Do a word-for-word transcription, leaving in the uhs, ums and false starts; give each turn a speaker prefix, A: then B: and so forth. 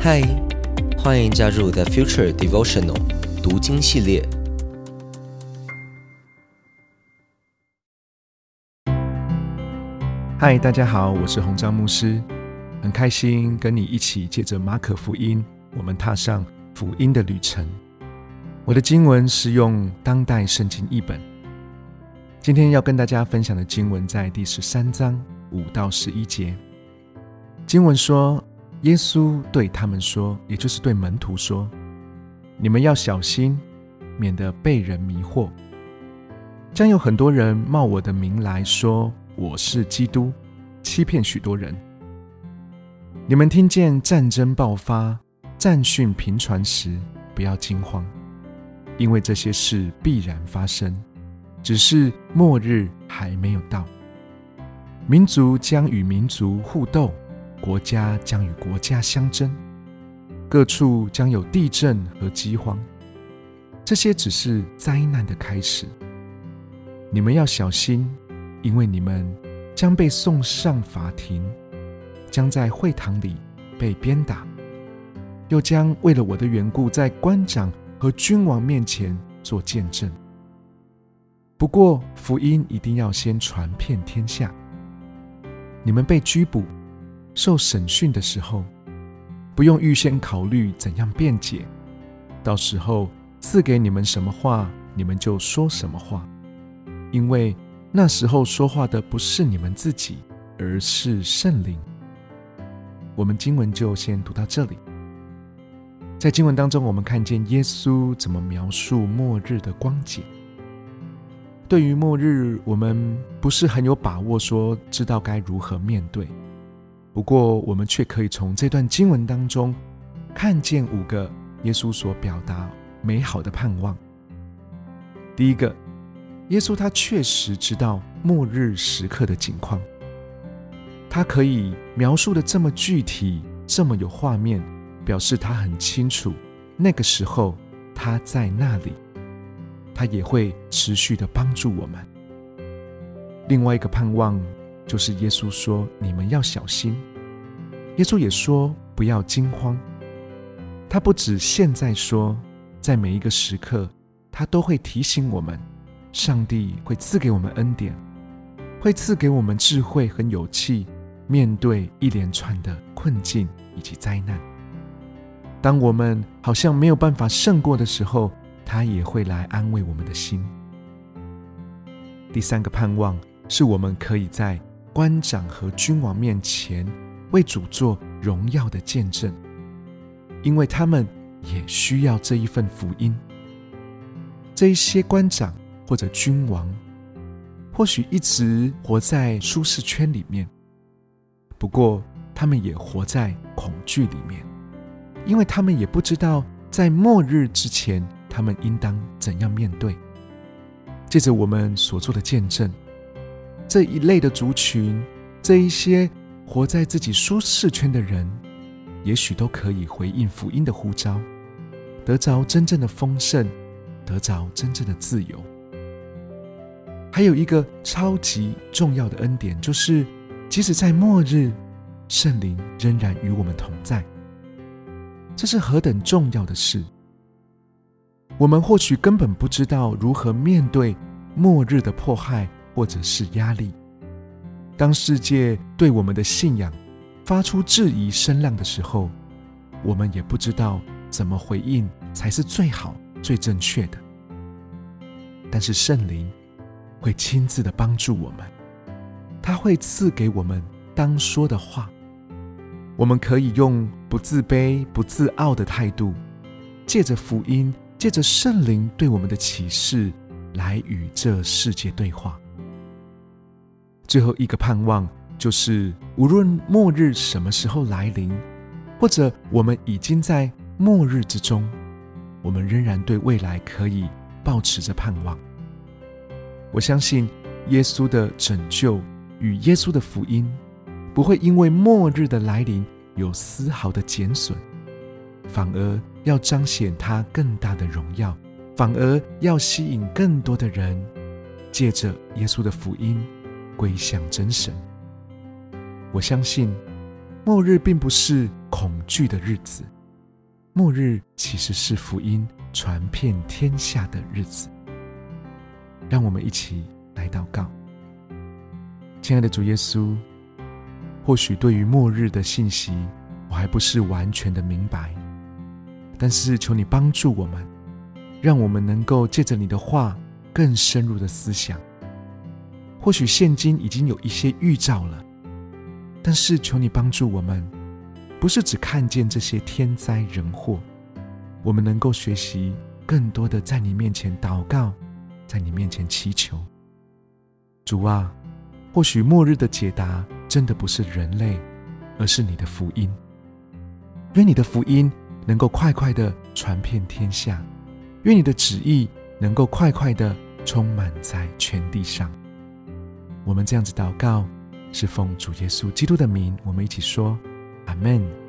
A: 嗨，欢迎加入 The Future Devotional 读经系列。
B: 嗨，大家好，我是洪章牧师，很开心跟你一起借着马可福音，我们踏上福音的旅程。我的经文是用当代圣经译本。今天要跟大家分享的经文在第十三章五到十一节。经文说，耶稣对他们说，也就是对门徒说，你们要小心，免得被人迷惑。将有很多人冒我的名来说我是基督，欺骗许多人。你们听见战争爆发，战讯频传时，不要惊慌，因为这些事必然发生，只是末日还没有到。民族将与民族互斗，国家将与国家相争，各处将有地震和饥荒，这些只是灾难的开始。你们要小心，因为你们将被送上法庭，将在会堂里被鞭打，又将为了我的缘故在官长和君王面前做见证。不过福音一定要先传遍天下。你们被拘捕受审讯的时候，不用预先考虑怎样辩解，到时候赐给你们什么话，你们就说什么话，因为那时候说话的不是你们自己，而是圣灵。我们经文就先读到这里。在经文当中，我们看见耶稣怎么描述末日的光景。对于末日，我们不是很有把握说知道该如何面对，不过我们却可以从这段经文当中看见五个耶稣所表达美好的盼望。第一个，耶稣他确实知道末日时刻的景况，他可以描述的这么具体，这么有画面，表示他很清楚那个时候他在那里，他也会持续的帮助我们。另外一个盼望就是耶稣说，你们要小心。耶稣也说不要惊慌。他不止现在说，在每一个时刻他都会提醒我们，上帝会赐给我们恩典，会赐给我们智慧和勇气，面对一连串的困境以及灾难。当我们好像没有办法胜过的时候，他也会来安慰我们的心。第三个盼望是我们可以在官长和君王面前为主做荣耀的见证，因为他们也需要这一份福音。这一些官长或者君王或许一直活在舒适圈里面，不过他们也活在恐惧里面，因为他们也不知道在末日之前他们应当怎样面对。借着我们所做的见证，这一类的族群，这一些活在自己舒适圈的人，也许都可以回应福音的呼召，得着真正的丰盛，得着真正的自由。还有一个超级重要的恩典，就是即使在末日，圣灵仍然与我们同在。这是何等重要的事！我们或许根本不知道如何面对末日的迫害或者是压力。当世界对我们的信仰发出质疑声浪的时候，我们也不知道怎么回应才是最好最正确的。但是圣灵会亲自的帮助我们，他会赐给我们当说的话，我们可以用不自卑不自傲的态度，借着福音，借着圣灵对我们的启示，来与这世界对话。最后一个盼望就是无论末日什么时候来临，或者我们已经在末日之中，我们仍然对未来可以抱持着盼望。我相信耶稣的拯救与耶稣的福音不会因为末日的来临有丝毫的减损，反而要彰显他更大的荣耀，反而要吸引更多的人借着耶稣的福音归向真神。我相信末日并不是恐惧的日子， 末日其实是福音传遍天下的日子。让我们一起来祷告。亲爱的主耶稣，或许对于末日的信息我还不是完全的明白，但是求你帮助我们，让我们能够借着你的话更深入的思想。或许现今已经有一些预兆了，但是求你帮助我们，不是只看见这些天灾人祸，我们能够学习更多的在你面前祷告，在你面前祈求。主啊，或许末日的解答真的不是人类，而是你的福音。愿你的福音能够快快的传遍天下，愿你的旨意能够快快的充满在全地上。我们这样子祷告，是奉主耶稣基督的名，我们一起说阿们。